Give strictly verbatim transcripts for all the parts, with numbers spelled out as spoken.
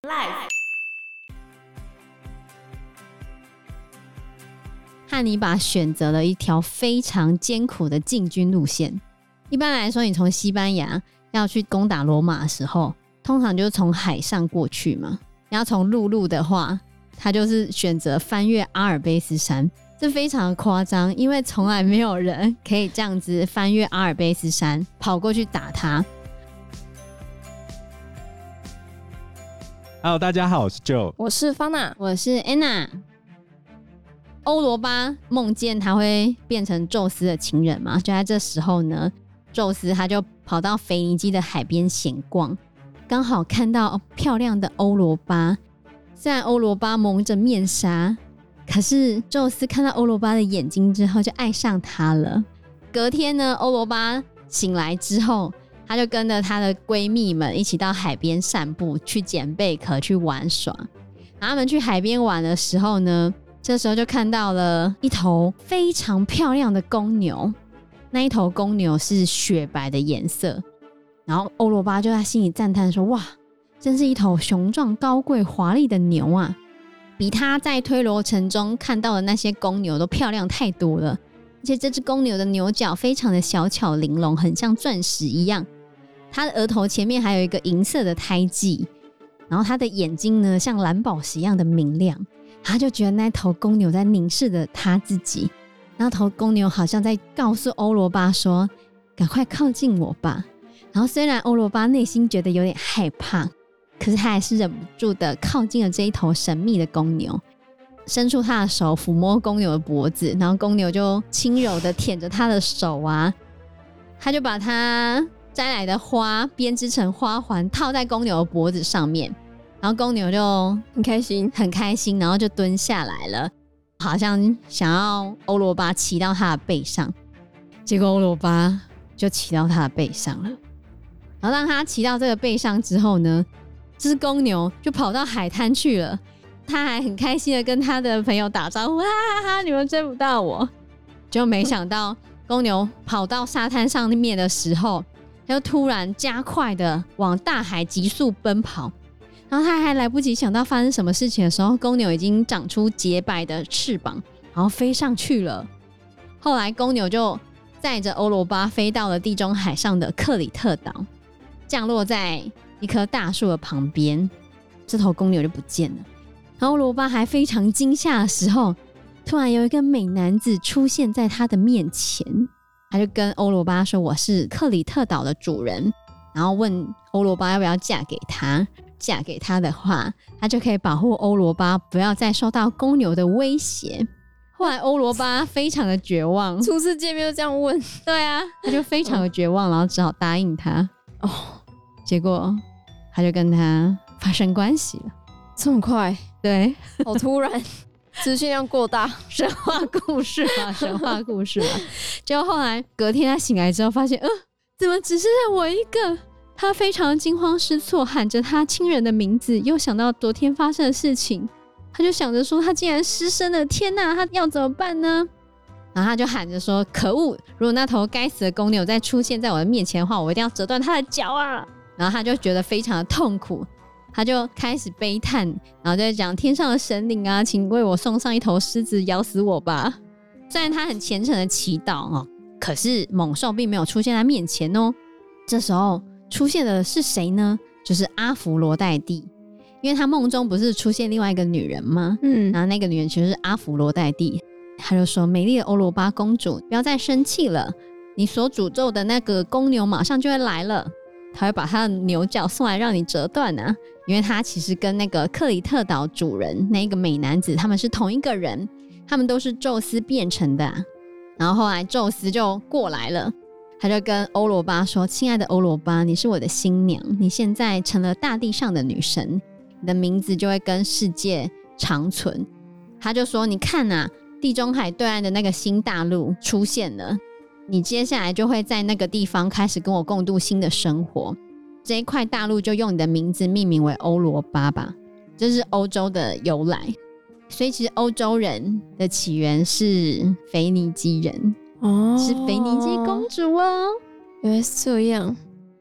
Life。 汉尼拔选择了一条非常艰苦的进军路线。一般来说，你从西班牙要去攻打罗马的时候，通常就是从海上过去嘛。你要从陆路的话，他就是选择翻越阿尔卑斯山，这非常的夸张，因为从来没有人可以这样子翻越阿尔卑斯山跑过去打他。 Hello， 大家好，我是 Joe， 我是方娜， 我是 Anna。欧罗巴梦见他会变成宙斯的情人嘛，就在这时候呢，宙斯他就跑到腓尼基的海边闲逛，刚好看到漂亮的欧罗巴。虽然欧罗巴蒙着面纱，可是宙斯看到欧罗巴的眼睛之后就爱上他了。隔天呢，欧罗巴醒来之后，他就跟着他的闺蜜们一起到海边散步，去捡贝壳，去玩耍。然后他们去海边玩的时候呢，这时候就看到了一头非常漂亮的公牛，那一头公牛是雪白的颜色。然后欧罗巴就在心里赞叹说：哇，真是一头雄壮高贵华丽的牛啊，比他在推罗城中看到的那些公牛都漂亮太多了。而且这只公牛的牛角非常的小巧玲珑，很像钻石一样。它的额头前面还有一个银色的胎记，然后它的眼睛呢像蓝宝石一样的明亮。他就觉得那头公牛在凝视着他自己，那头公牛好像在告诉欧罗巴说：赶快靠近我吧。然后虽然欧罗巴内心觉得有点害怕，可是他还是忍不住的靠近了这一头神秘的公牛，伸出他的手抚摸公牛的脖子，然后公牛就轻柔的舔着他的手啊，他就把他摘来的花编织成花环套在公牛的脖子上面，然后公牛就很开心很开心，然后就蹲下来了，好像想要欧罗巴骑到他的背上。结果欧罗巴就骑到他的背上了，然后让他骑到这个背上之后呢，这只公牛就跑到海滩去了。他还很开心的跟他的朋友打招呼：哈哈哈，你们追不到我。就没想到公牛跑到沙滩上面的时候，他就突然加快的往大海急速奔跑。然后他还来不及想到发生什么事情的时候，公牛已经长出洁白的翅膀，然后飞上去了。后来公牛就载着欧罗巴飞到了地中海上的克里特岛，降落在一棵大树的旁边。这头公牛就不见了。然后欧罗巴还非常惊吓的时候，突然有一个美男子出现在他的面前。他就跟欧罗巴说：我是克里特岛的主人。然后问欧罗巴要不要嫁给他，嫁给他的话，他就可以保护欧罗巴不要再受到公牛的威胁。后来欧罗巴非常的绝望， 初次见面就这样问， 对啊，他就非常的绝望，然后只好答应他。哦，结果他就跟他发生关系了。 这么快？ 对， 好突然，资讯量过大， 神话故事嘛，神话故事嘛。结果后来隔天他醒来之后，发现，呃，怎么只剩下我一个？他非常惊慌失措，喊着他亲人的名字，又想到昨天发生的事情，他就想着说他竟然失身了，天哪，他要怎么办呢？然后他就喊着说：可恶，如果那头该死的公牛再出现在我的面前的话，我一定要折断他的脚啊！然后他就觉得非常的痛苦，他就开始悲叹，然后就在讲：天上的神灵啊，请为我送上一头狮子咬死我吧。虽然他很虔诚的祈祷哦，可是猛兽并没有出现在面前哦。这时候出现的是谁呢？就是阿芙罗代蒂。因为他梦中不是出现另外一个女人吗？嗯，然后那个女人其实是阿芙罗代蒂。他就说：美丽的欧罗巴公主，不要再生气了，你所诅咒的那个公牛马上就会来了，他会把他的牛角送来让你折断啊。因为他其实跟那个克里特岛主人那个美男子他们是同一个人，他们都是宙斯变成的啊。然后后来宙斯就过来了，他就跟欧罗巴说：亲爱的欧罗巴，你是我的新娘，你现在成了大地上的女神，你的名字就会跟世界长存。他就说：你看啊，地中海对岸的那个新大陆出现了，你接下来就会在那个地方开始跟我共度新的生活，这一块大陆就用你的名字命名为欧罗巴吧，这是欧洲的由来。所以其实欧洲人的起源是腓尼基人，哦，是腓尼基公主哦。 原来是这样。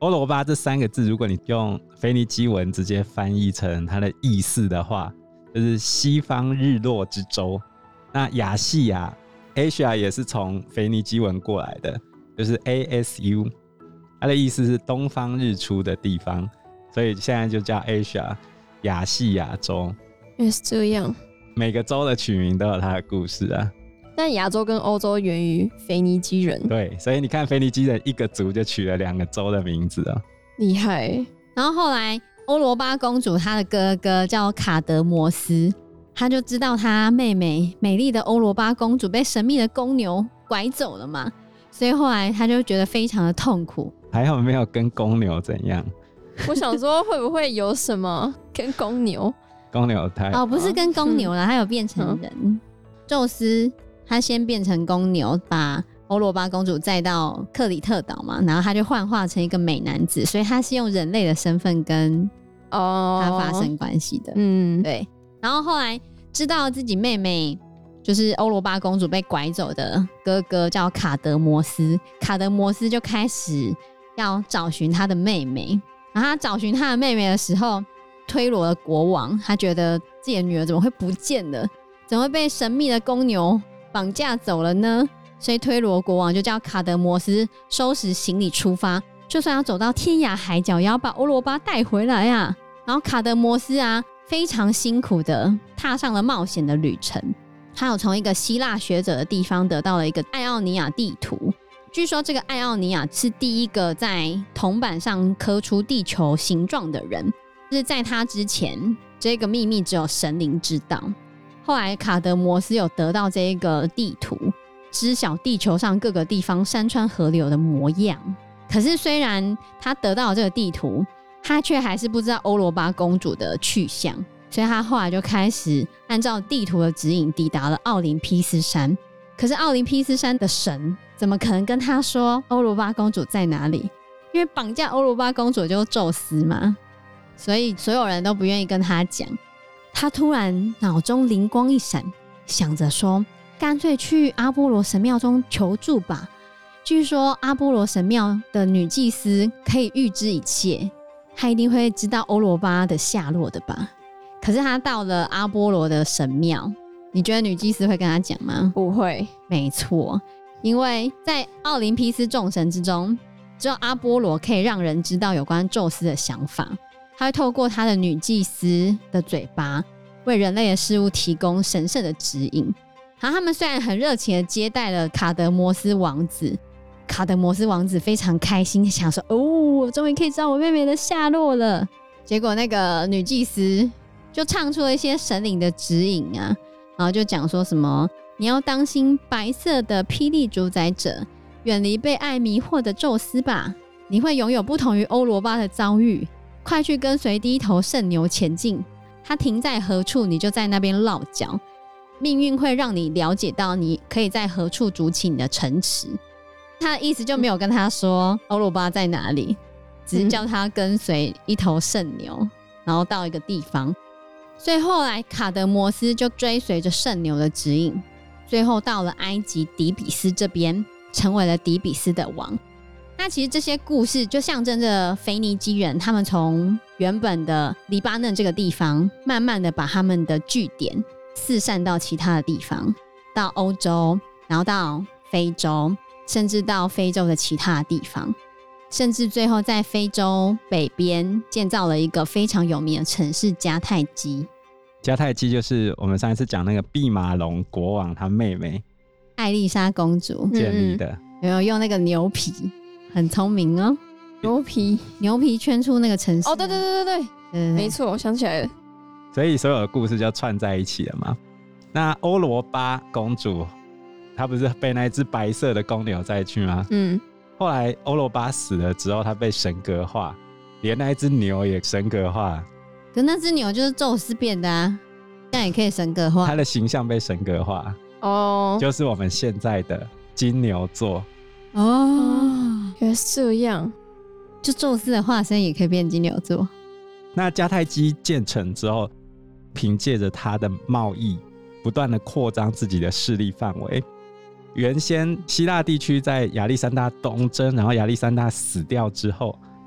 欧罗巴这三个字，如果你用腓尼基文直接翻译成它的意思的话，就是西方日落之洲。那亚细亚 Asia 也是从腓尼基文过来的，就是 A S U， 它的意思是东方日出的地方，所以现在就叫 Asia 亚细亚洲。 原来是这样。 每个州的取名都有它的故事啊。 但亚洲跟欧洲源于腓尼基人， 对，所以你看腓尼基人一个族就取了两个州的名字啊， 厉害欸。 然后后来欧罗巴公主她的哥哥叫卡德摩斯，他就知道他妹妹美丽的欧罗巴公主被神秘的公牛拐走了嘛，所以后来他就觉得非常的痛苦。 还好没有跟公牛怎样。 我想说会不会有什么跟公牛？ 公牛太哦，不是跟公牛啦，他有变成人。宙斯他先变成公牛，把欧罗巴公主载到克里特岛嘛，然后他就幻化成一个美男子，所以他是用人类的身份跟他发生关系的。 嗯， 对。然后后来知道自己妹妹就是欧罗巴公主被拐走的哥哥叫卡德摩斯，卡德摩斯就开始要找寻他的妹妹。然后他找寻他的妹妹的时候，推罗的国王他觉得自己的女儿怎么会不见了，怎么会被神秘的公牛绑架走了呢？所以推罗国王就叫卡德摩斯收拾行李出发，就算要走到天涯海角也要把欧罗巴带回来啊。然后卡德摩斯啊非常辛苦的踏上了冒险的旅程，他有从一个希腊学者的地方得到了一个艾奥尼亚地图。据说这个艾奥尼亚是第一个在铜板上刻出地球形状的人，就是在他之前这个秘密只有神灵知道。后来卡德摩斯有得到这个地图，知晓地球上各个地方山川河流的模样。可是虽然他得到了这个地图，他却还是不知道欧罗巴公主的去向，所以他后来就开始按照地图的指引抵达了奥林匹斯山。可是奥林匹斯山的神怎么可能跟他说欧罗巴公主在哪里？因为绑架欧罗巴公主就是宙斯嘛，所以所有人都不愿意跟他讲。他突然脑中灵光一闪，想着说干脆去阿波罗神庙中求助吧，据说阿波罗神庙的女祭司可以预知一切，她一定会知道欧罗巴的下落的吧。可是他到了阿波罗的神庙，你觉得女祭司会跟他讲吗？ 不会。 没错，因为在奥林匹斯众神之中，只有阿波罗可以让人知道有关宙斯的想法，他会透过他的女祭司的嘴巴为人类的事物提供神圣的指引。然后他们虽然很热情的接待了卡德摩斯王子，卡德摩斯王子非常开心，想说哦，我终于可以知道我妹妹的下落了。结果那个女祭司就唱出了一些神灵的指引啊，然后就讲说什么你要当心白色的霹雳主宰者，远离被爱迷惑的宙斯吧，你会拥有不同于欧罗巴的遭遇，快去跟随第一头圣牛前进，它停在何处你就在那边落脚，命运会让你了解到你可以在何处筑起你的城池。他的意思就没有跟他说欧罗巴在哪里，只是叫他跟随一头圣牛，然后到一个地方。所以后来卡德摩斯就追随着圣牛的指引，最后到了埃及底比斯这边，成为了底比斯的王。那其实这些故事就象征着腓尼基人他们从原本的黎巴嫩这个地方慢慢的把他们的据点四散到其他的地方，到欧洲，然后到非洲，甚至到非洲的其他的地方，甚至最后在非洲北边建造了一个非常有名的城市迦太基。 迦太基就是我们上一次讲那个毕马龙国王他妹妹艾丽莎公主建立的， 有没有用那个牛皮？很聪明哦， 牛皮牛皮圈出那个城市。 哦，对对对对对， 对对对没错，我想起来了。 所以所有的故事就串在一起了嘛。那欧罗巴公主她不是被那只白色的公牛载去吗？ 嗯， 后来欧罗巴死了之后，她被神格化，连那一只牛也神格化。 可那只牛就是宙斯变的啊，这样也可以神格化。 她的形象被神格化， 哦， 就是我们现在的金牛座。 哦， 原来是这样。 就宙斯的化身也可以变金牛座。 那迦太基建成之后，凭借着它的贸易，不断的扩张自己的势力范围。原先希腊地区在亚历山大东征，然后亚历山大死掉之后，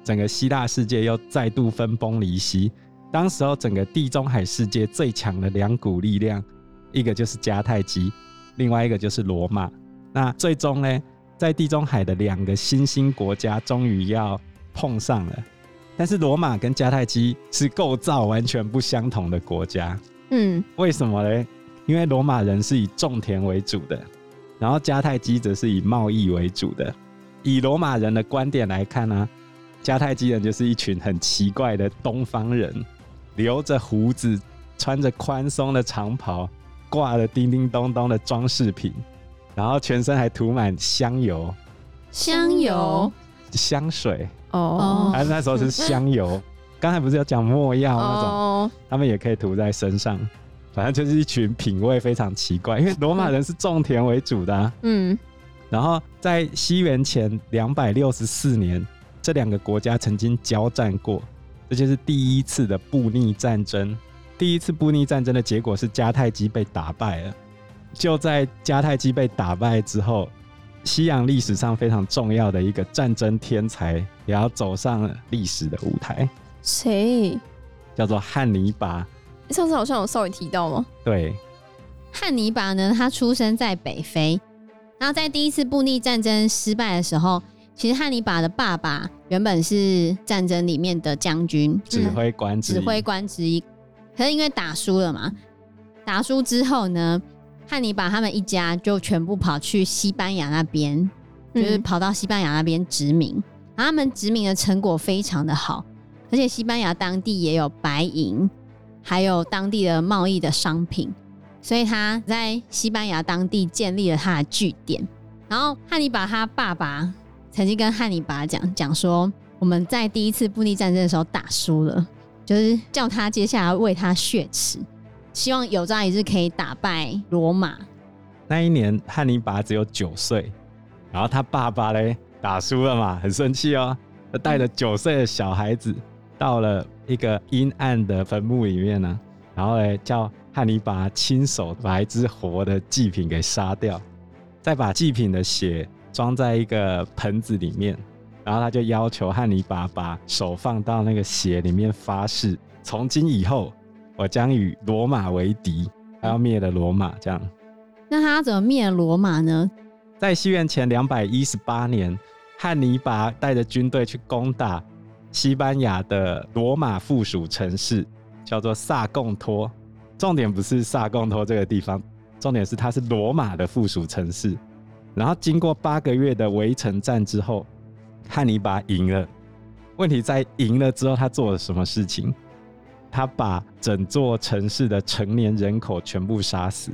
整个希腊世界又再度分崩离析。当时候整个地中海世界最强的两股力量，一个就是迦太基，另外一个就是罗马。那最终呢，在地中海的两个新兴国家终于要碰上了，但是罗马跟迦太基是构造完全不相同的国家。 嗯， 为什么呢？因为罗马人是以种田为主的，然后迦太基则是以贸易为主的。以罗马人的观点来看呢、啊，迦太基人就是一群很奇怪的东方人，留着胡子，穿着宽松的长袍，挂了叮叮咚咚的装饰品，然后全身还涂满香油、 香油、 香水。 哦， 还是那时候是香油。刚才不是有讲没药那种， 哦， 他们也可以涂在身上。反正就是一群品味非常奇怪，因为罗马人是种田为主的、啊。 嗯， 然后在西元前两百六十四年，这两个国家曾经交战过，这就是第一次的布匿战争。第一次布匿战争的结果是迦太基被打败了。就在迦太基被打败之后，西洋历史上非常重要的一个战争天才也要走上了历史的舞台。 谁？ 叫做汉尼拔。 上次好像有稍微提到吗？ 对， 汉尼拔呢，他出生在北非，然后在第一次布匿战争失败的时候，其实汉尼拔的爸爸原本是战争里面的将军、 指挥官之一， 指挥官之一。可是因为打输了嘛，打输之后呢，汉尼拔他们一家就全部跑去西班牙那边，就是跑到西班牙那边殖民。然后他们殖民的成果非常的好，而且西班牙当地也有白银，还有当地的贸易的商品，所以他在西班牙当地建立了他的据点。然后汉尼拔他爸爸曾经跟汉尼拔讲讲说，我们在第一次布匿战争的时候打输了，就是叫他接下来为他血耻，希望有朝一日可以打败罗马。 那一年汉尼拔只有九岁，然后他爸爸嘞打输了嘛，很生气哦，他带着九岁的小孩子到了一个阴暗的坟墓里面呢，然后嘞叫汉尼拔亲手把一只活的祭品给杀掉，再把祭品的血装在一个盆子里面，然后他就要求汉尼拔把手放到那个血里面发誓，从今以后我将与罗马为敌，他要灭了罗马。这样， 那他怎么灭了罗马呢？ 在西元前两百一十八年，汉尼拔带着军队去攻打西班牙的罗马附属城市，叫做萨贡托。重点不是萨贡托这个地方，重点是它是罗马的附属城市。然后经过八个月的围城战之后，汉尼拔赢了。问题在赢了之后，他做了什么事情？他把整座城市的成年人口全部杀死，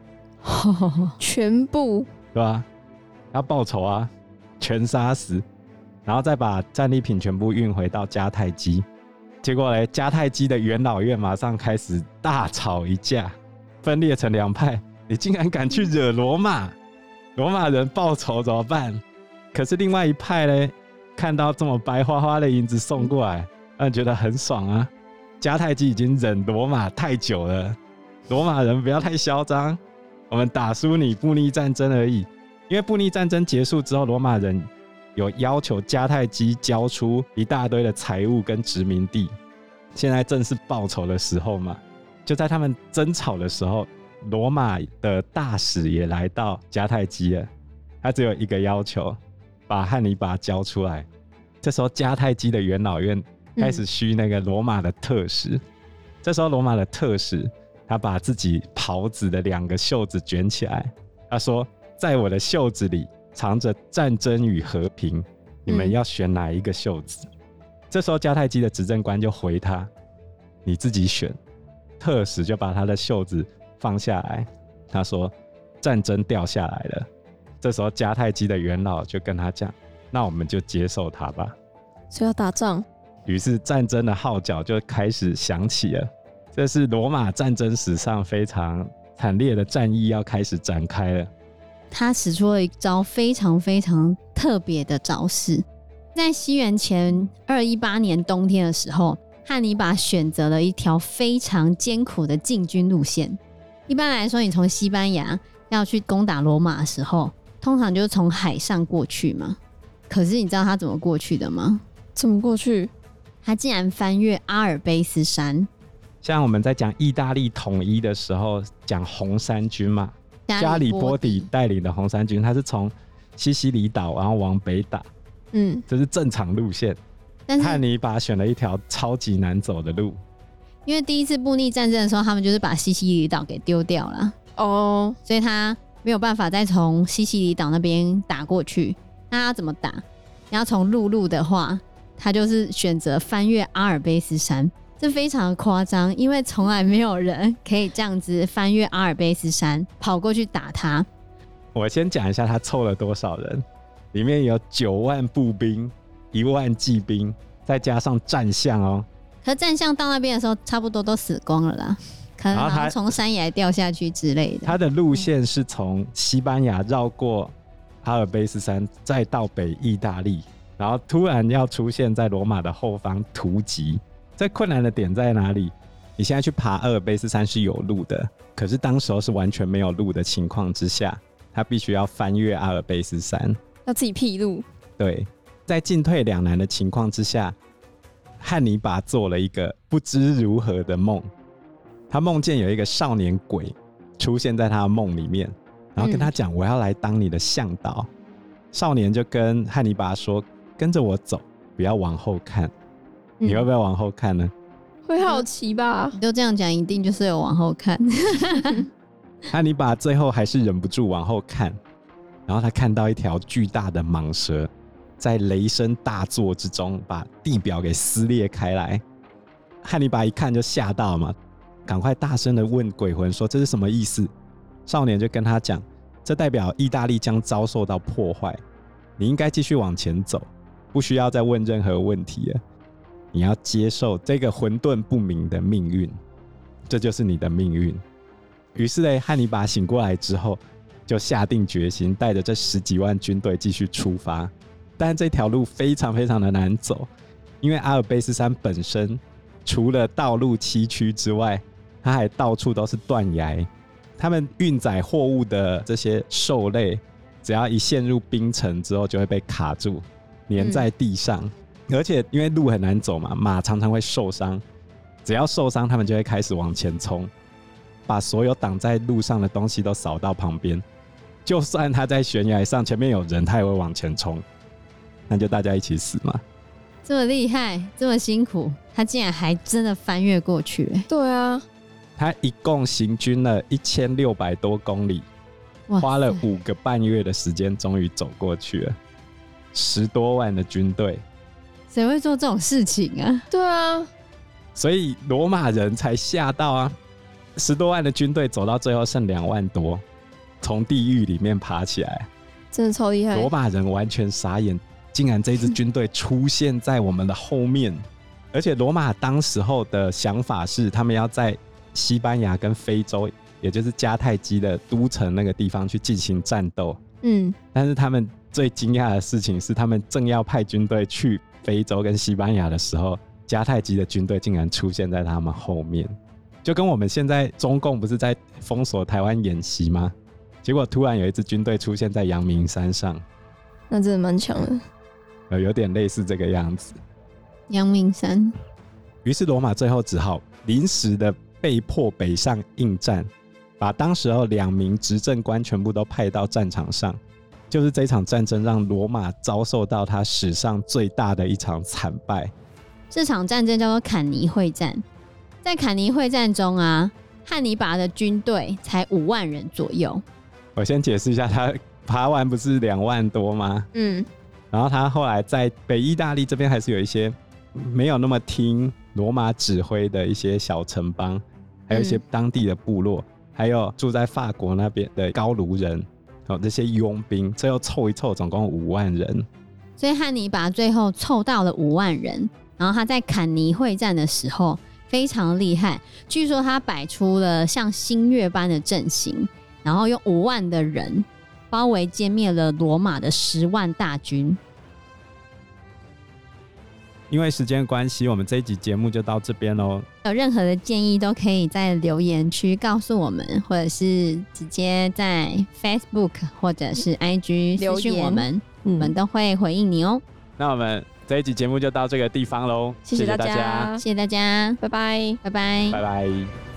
全部， 对吧？要报仇啊，全杀死，然后再把战利品全部运回到迦太基。结果呢，迦太基的元老院马上开始大吵一架，分裂成两派。你竟然敢去惹罗马，罗马人报仇怎么办？可是另外一派呢，看到这么白花花的银子送过来，让人觉得很爽啊。迦太基已经忍罗马太久了，罗马人不要太嚣张，我们打输你布匿战争而已。因为布匿战争结束之后，罗马人有要求迦太基交出一大堆的财物跟殖民地，现在正是报仇的时候嘛。就在他们争吵的时候，罗马的大使也来到迦太基了，他只有一个要求，把汉尼拔交出来。这时候迦太基的元老院开始需那个罗马的特使、嗯、这时候罗马的特使他把自己袍子的两个袖子卷起来，他说，在我的袖子里藏着战争与和平，你们要选哪一个袖子、嗯、这时候迦太基的执政官就回他，你自己选。特使就把他的袖子放下来，他说，战争掉下来了。这时候迦太基的元老就跟他讲，那我们就接受他吧。 所以要打仗。 于是战争的号角就开始响起了，这是罗马战争史上非常惨烈的战役要开始展开了。 他使出了一招非常非常特别的招式，在西元前二一八年冬天的时候，汉尼拔选择了一条非常艰苦的进军路线。一般来说，你从西班牙要去攻打罗马的时候，通常就是从海上过去嘛。可是你知道他怎么过去的吗？ 怎么过去？ 他竟然翻越阿尔卑斯山。 像我们在讲意大利统一的时候，讲红衫军嘛，加里波底带领的红衫军，他是从西西里岛然后往北打， 嗯， 这是正常路线。 但是汉尼拔选了一条超级难走的路， 因为第一次布匿战争的时候，他们就是把西西里岛给丢掉了， 哦， 所以他没有办法再从西西里岛那边打过去。那他怎么打？你要从陆路的话，他就是选择翻越阿尔卑斯山，这非常的夸张，因为从来没有人可以这样子翻越阿尔卑斯山跑过去打他。 我先讲一下他凑了多少人，里面有九万步兵、一万骑兵，再加上战象哦。 可是战象到那边的时候，差不多都死光了啦，可能好像从山崖掉下去之类的。 他的路线是从西班牙绕过阿尔卑斯山，再到北意大利，然后突然要出现在罗马的后方突击。最困难的点在哪里？你现在去爬阿尔卑斯山是有路的，可是当时候是完全没有路的情况之下，他必须要翻越阿尔卑斯山， 要自己辟路。 对，在进退两难的情况之下，汉尼拔做了一个不知如何的梦。他梦见有一个少年鬼出现在他的梦里面，然后跟他讲：“我要来当你的向导。嗯”少年就跟汉尼拔说：“跟着我走，不要往后看。嗯”你会不会往后看呢？ 会好奇吧？ 你都这样讲，一定就是有往后看。 汉尼拔最后还是忍不住往后看，然后他看到一条巨大的蟒蛇在雷声大作之中把地表给撕裂开来。汉尼拔一看就吓到嘛，赶快大声的问鬼魂说：“这是什么意思？”少年就跟他讲：“这代表意大利将遭受到破坏，你应该继续往前走，不需要再问任何问题了。你要接受这个混沌不明的命运，这就是你的命运。”于是呢，汉尼拔醒过来之后，就下定决心带着这十几万军队继续出发。但这条路非常非常的难走，因为阿尔卑斯山本身除了道路崎岖之外，它还到处都是断崖。他们运载货物的这些兽类，只要一陷入冰层之后，就会被卡住，粘在地上。嗯、而且因为路很难走嘛，马常常会受伤，只要受伤，他们就会开始往前冲，把所有挡在路上的东西都扫到旁边。就算他在悬崖上，前面有人，他也会往前冲。那就大家一起死嘛！ 这么厉害，这么辛苦，他竟然还真的翻越过去、欸。 对啊， 他一共行军了一千六百多公里，花了五个半月的时间，终于走过去了。十多万的军队， 谁会做这种事情啊？ 对啊， 所以罗马人才吓到啊！十多万的军队走到最后剩两万多，从地狱里面爬起来， 真的超厉害。 罗马人完全傻眼。竟然这支军队出现在我们的后面，而且罗马当时候的想法是，他们要在西班牙跟非洲，也就是迦太基的都城那个地方去进行战斗。 嗯， 但是他们最惊讶的事情是，他们正要派军队去非洲跟西班牙的时候，迦太基的军队竟然出现在他们后面，就跟我们现在中共不是在封锁台湾演习吗？结果突然有一支军队出现在阳明山上， 那真的蛮强的。 呃，有点类似这个样子。 阳明山。 于是罗马最后只好临时的被迫北上应战，把当时候两名执政官全部都派到战场上。就是这场战争让罗马遭受到他史上最大的一场惨败。 这场战争叫做坎尼会战。在坎尼会战中啊，汉尼拔的军队才五万人左右。 我先解释一下，他爬完不是两万多吗？ 嗯。 然后他后来在北意大利这边还是有一些没有那么听罗马指挥的一些小城邦，还有一些当地的部落，嗯、还有住在法国那边的高卢人，哦，这些佣兵，最后凑一凑，总共五万人。 所以汉尼拔最后凑到了五万人，然后他在坎尼会战的时候非常厉害，据说他摆出了像星月般的阵型，然后用五万的人包围歼灭了罗马的十万大军。 因为时间关系，我们这一集节目就到这边咯。 有任何的建议都可以在留言区告诉我们，或者是直接在 Facebook 或者是 I G 私讯我们，我们都会回应你哦。 那我们这一集节目就到这个地方喽， 谢谢大大家谢谢大家， 拜拜。 拜拜拜拜。